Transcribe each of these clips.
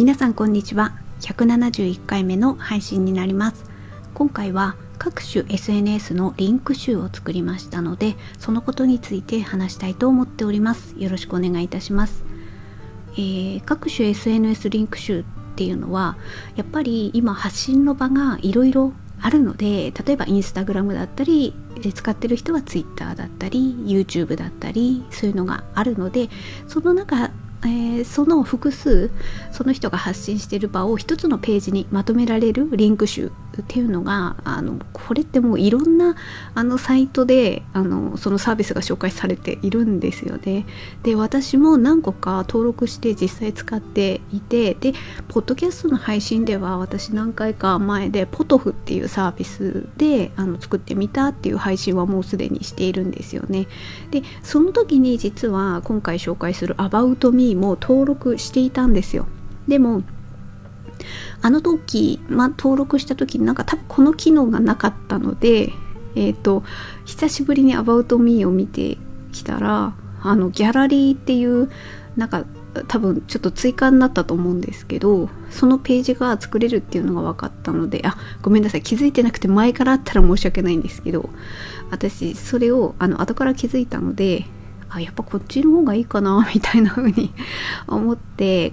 皆さんこんにちは。171回目の配信になります。今回は各種 SNS のリンク集を作りましたので、そのことについて話したいと思っております。よろしくお願いいたします。各種 SNS リンク集っていうのはやっぱり今発信の場がいろいろあるので、例えばインスタグラムだったり使ってる人はツイッターだったり YouTube だったり、そういうのがあるので、その中その複数その人が発信している場を一つのページにまとめられるリンク集っていうのがこれってもういろんなサイトでそのサービスが紹介されているんですよね。で、私も何個か登録して実際使っていて、でポッドキャストの配信では私何回か前でポトフっていうサービスで作ってみたっていう配信はもうすでにしているんですよね。でその時に実は今回紹介する About Me も登録していたんですよ。でも時、登録した時に多分この機能がなかったので、久しぶりに About Me を見てきたらギャラリーっていう多分ちょっと追加になったと思うんですけど、そのページが作れるっていうのが分かったので、ごめんなさい、気づいてなくて前からあったら申し訳ないんですけど、私それを後から気づいたので、やっぱこっちの方がいいかなみたいな風に思って、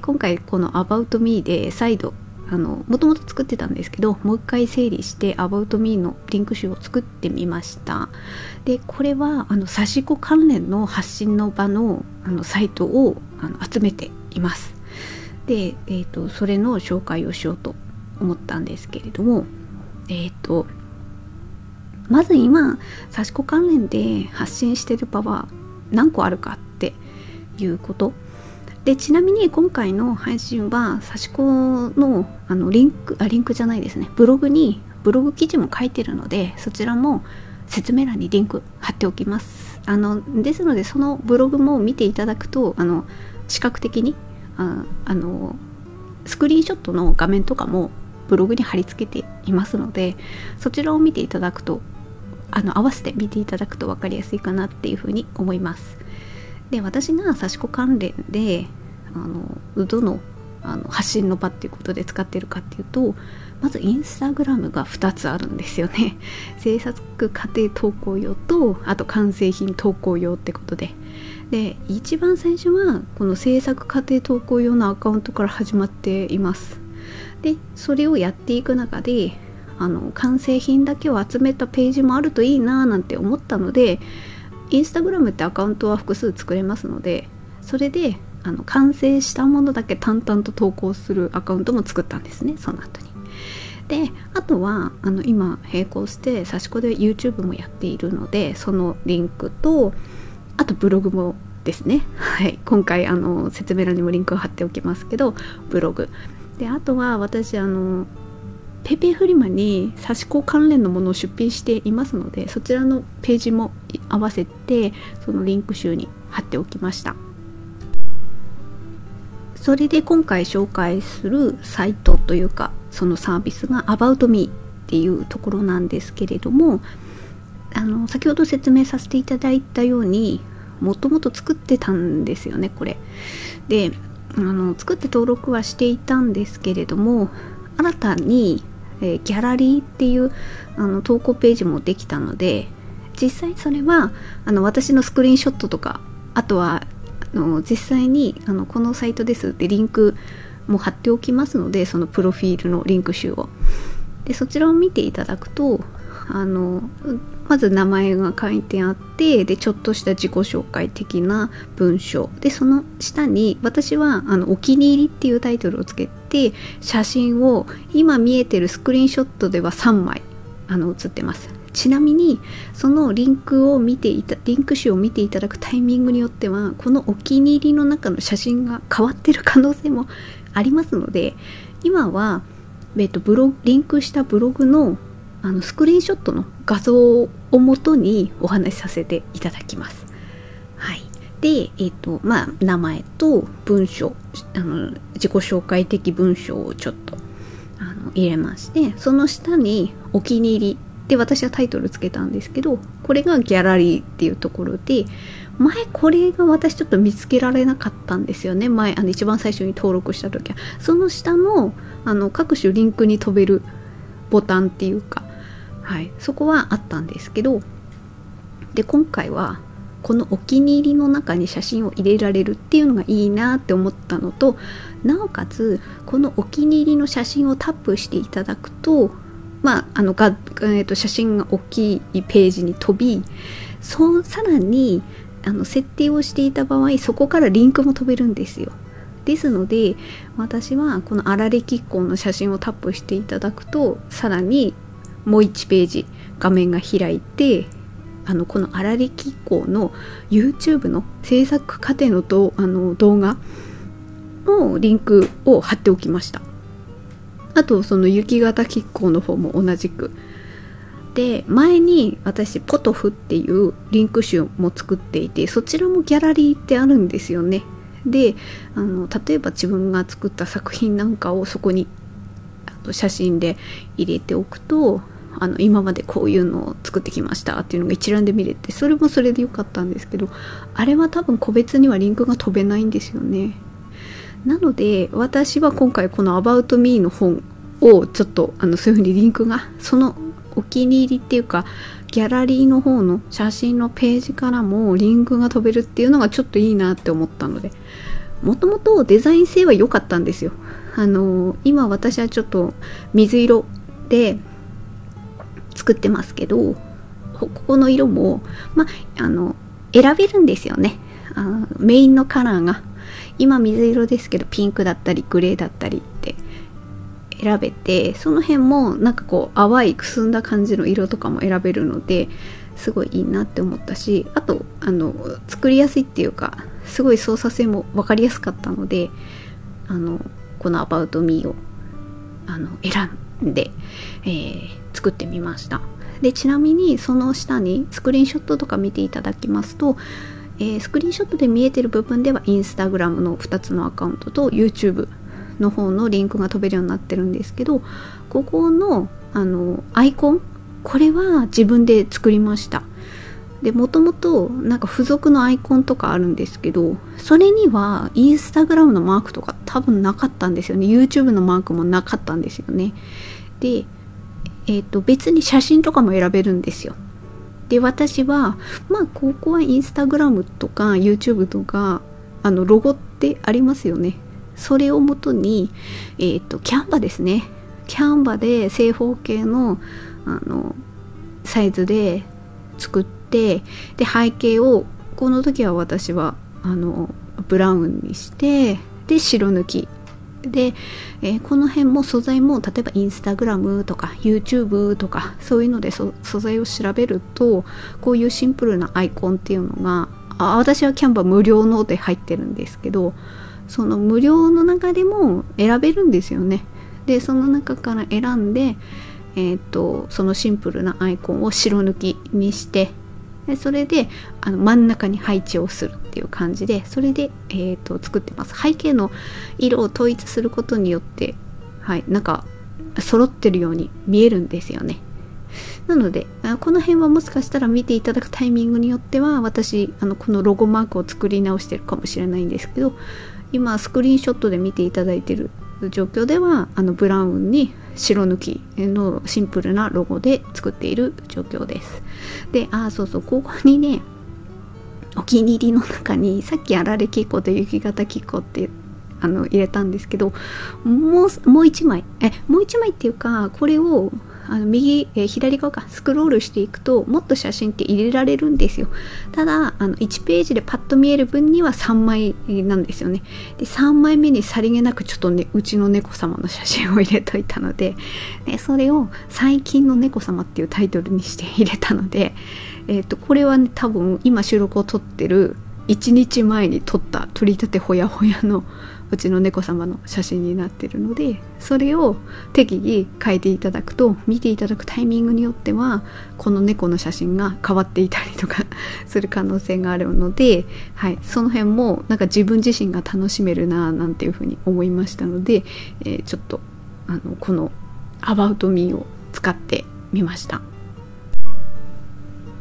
今回この About Me で再度もともと作ってたんですけど、もう一回整理して About Me のリンク集を作ってみました。でこれは刺し子関連の発信の場のサイトを集めています。で、それの紹介をしようと思ったんですけれども、まず今刺し子関連で発信してる場は何個あるかっていうことで、ちなみに今回の配信は刺し子のリンクじゃないですね、ブログ記事も書いてるので、そちらも説明欄にリンク貼っておきます。ですのでそのブログも見ていただくと視覚的にスクリーンショットの画面とかもブログに貼り付けていますので、そちらを見ていただくと合わせて見ていただくと分かりやすいかなっていうふうに思います。で、私が刺し子関連でどの発信の場っていうことで使ってるかっていうと、まずインスタグラムが2つあるんですよね。制作過程投稿用と、あと完成品投稿用ってことで、一番最初はこの制作過程投稿用のアカウントから始まっています。でそれをやっていく中で完成品だけを集めたページもあるといいななんて思ったので、インスタグラムってアカウントは複数作れますので、それで完成したものだけ淡々と投稿するアカウントも作ったんですね、その後に。であとは今並行して刺し子で YouTube もやっているので、そのリンクと、あとブログもですね、はい、今回説明欄にもリンクを貼っておきますけど、ブログで、あとは私ペイペイフリマに刺し子関連のものを出品していますので、そちらのページも合わせてそのリンク集に貼っておきました。それで今回紹介するサイトというか、そのサービスが About Me っていうところなんですけれども、先ほど説明させていただいたように、もともと作ってたんですよね、これで作って登録はしていたんですけれども、新たにギャラリーっていう投稿ページもできたので、実際それは私のスクリーンショットとか、あとは実際にこのサイトですってリンクも貼っておきますので、そのプロフィールのリンク集をでそちらを見ていただくとまず名前が書いてあって、でちょっとした自己紹介的な文章で、その下に私はお気に入りっていうタイトルをつけて、写真を今見えてるスクリーンショットでは3枚写ってます。ちなみにそのリンク集を見ていただくタイミングによっては、このお気に入りの中の写真が変わってる可能性もありますので、今はリンクしたブログのスクリーンショットの画像を元にお話しさせていただきます。はい。で、名前と文章、自己紹介的文章をちょっと入れまして、その下にお気に入りで私はタイトルつけたんですけど、これがギャラリーっていうところで、 前これが私ちょっと見つけられなかったんですよね。前一番最初に登録した時はその下の各種リンクに飛べるボタンっていうか、はい、そこはあったんですけど、で今回はこのお気に入りの中に写真を入れられるっていうのがいいなって思ったのと、なおかつこのお気に入りの写真をタップしていただくと、写真が大きいページに飛び、さらに設定をしていた場合そこからリンクも飛べるんですよ。ですので私はこのあられ亀甲の写真をタップしていただくと、さらにもう1ページ画面が開いて、このあられ亀甲の YouTube の制作過程の動画のリンクを貼っておきました。あとその雪型亀甲の方も同じくで、前に私ポトフっていうリンク集も作っていて、そちらもギャラリーってあるんですよね。で例えば自分が作った作品なんかをそこに写真で入れておくと、今までこういうのを作ってきましたっていうのが一覧で見れて、それもそれで良かったんですけど、あれは多分個別にはリンクが飛べないんですよね。なので私は今回この About Me の本をちょっとそういう風にリンクがそのお気に入りっていうかギャラリーの方の写真のページからもリンクが飛べるっていうのがちょっといいなって思ったので、もともとデザイン性は良かったんですよ。今私はちょっと水色で作ってますけど、ここの色も選べるんですよね。メインのカラーが今水色ですけどピンクだったりグレーだったりって選べて、その辺もなんかこう淡いくすんだ感じの色とかも選べるのですごいいいなって思ったし、あと作りやすいっていうかすごい操作性も分かりやすかったので、この About Me を選んで、作ってみました。でちなみにその下にスクリーンショットとか見ていただきますと、スクリーンショットで見えてる部分ではインスタグラムの2つのアカウントと YouTube の方のリンクが飛べるようになってるんですけど、ここのアイコン、これは自分で作りました。でもともとなんか付属のアイコンとかあるんですけど、それにはインスタグラムのマークとか多分なかったんですよね。 YouTube のマークもなかったんですよね。で別に写真とかも選べるんですよ。で私はここはインスタグラムとか YouTube とかロゴってありますよね。それをもとにキャンバですね。キャンバで正方形のサイズで作って、で背景をこの時は私はブラウンにして、で白抜きで、この辺も素材も例えばインスタグラムとか YouTube とかそういうので素材を調べるとこういうシンプルなアイコンっていうのが私はキャンバ無料ので入ってるんですけど、その無料の中でも選べるんですよね。でその中から選んで、そのシンプルなアイコンを白抜きにして、でそれで真ん中に配置をするっていう感じで、それで、作ってます。背景の色を統一することによって、なんか揃ってるように見えるんですよね。なのでこの辺はもしかしたら見ていただくタイミングによっては私このロゴマークを作り直してるかもしれないんですけど、今スクリーンショットで見ていただいている状況ではブラウンに白抜きのシンプルなロゴで作っている状況です。でここにねお気に入りの中にさっきあられ亀甲と雪型亀甲って入れたんですけど、もう一枚っていうか、これを左側かスクロールしていくともっと写真って入れられるんですよ。ただ1ページでパッと見える分には3枚なんですよね。で3枚目にさりげなくちょっとねうちの猫様の写真を入れといたので、それを最近の猫様っていうタイトルにして入れたので、これはね多分今収録を撮ってる1日前に撮った撮りたてほやほやのうちの猫様の写真になっているので、それを適宜変えていただくと見ていただくタイミングによってはこの猫の写真が変わっていたりとかする可能性があるので、その辺もなんか自分自身が楽しめるななんていうふうに思いましたので、ちょっとこの About Me を使ってみました。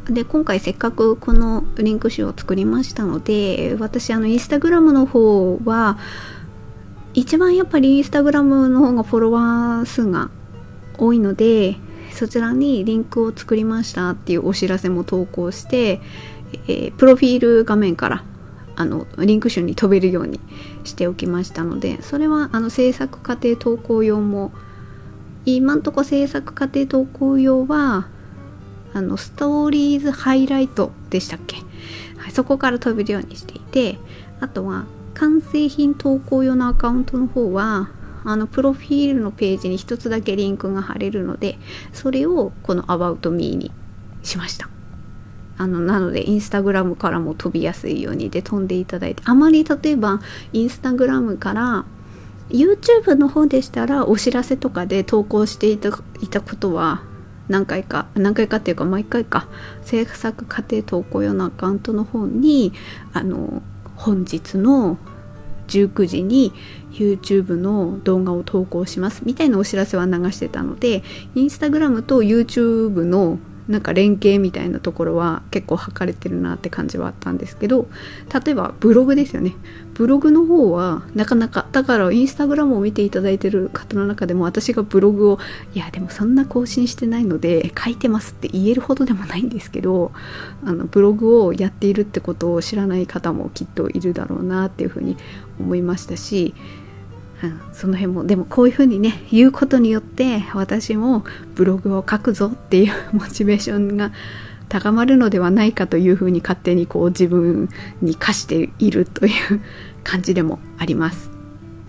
で今回せっかくこのリンク集を作りましたので、私インスタグラムの方は一番やっぱりインスタグラムの方がフォロワー数が多いので、そちらにリンクを作りましたっていうお知らせも投稿して、プロフィール画面からリンク集に飛べるようにしておきましたので、それは制作過程投稿用も、今んとこ制作過程投稿用はストーリーズハイライトでしたっけ、はい、そこから飛べるようにしていて、あとは完成品投稿用のアカウントの方はプロフィールのページに一つだけリンクが貼れるので、それをこの About Me にしました。なのでインスタグラムからも飛びやすいようにで飛んでいただいて、あまり例えばインスタグラムから YouTube の方でしたらお知らせとかで投稿していたことは何回かっていうか毎回か、制作過程投稿用のアカウントの方に本日の19時に YouTube の動画を投稿しますみたいなお知らせは流してたので、インスタグラムと YouTube のなんか連携みたいなところは結構図れてるなって感じはあったんですけど、例えばブログですよね。ブログの方はなかなか、だからインスタグラムを見ていただいてる方の中でも、私がブログをいやでもそんな更新してないので書いてますって言えるほどでもないんですけど、ブログをやっているってことを知らない方もきっといるだろうなっていうふうに思いましたし、その辺もでもこういうふうにね言うことによって私もブログを書くぞっていうモチベーションが高まるのではないかというふうに勝手にこう自分に課しているという感じでもあります。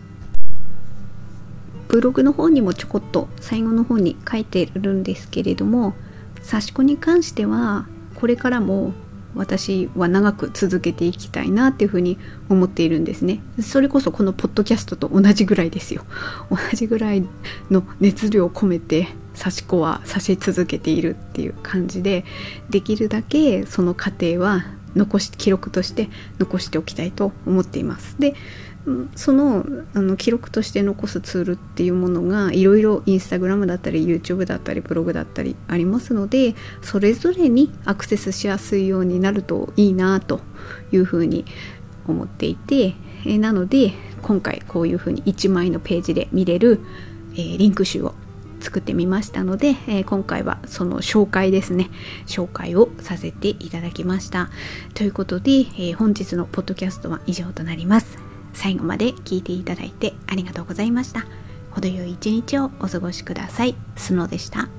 ブログの方にもちょこっと最後の方に書いているんですけれども、刺し子に関してはこれからも私は長く続けていきたいなっていうふうに思っているんですね。それこそこのポッドキャストと同じぐらいですよ。同じぐらいの熱量を込めて刺し子は刺し続けているっていう感じで、できるだけその過程は記録として残しておきたいと思っています。でその記録として残すツールっていうものがいろいろインスタグラムだったり YouTube だったりブログだったりありますので、それぞれにアクセスしやすいようになるといいなというふうに思っていて、なので今回こういうふうに1枚のページで見れる、リンク集を作ってみましたので、今回はその紹介ですね、紹介をさせていただきました。ということで、本日のポッドキャストは以上となります。最後まで聞いていただいてありがとうございました。程よい一日をお過ごしください。スノでした。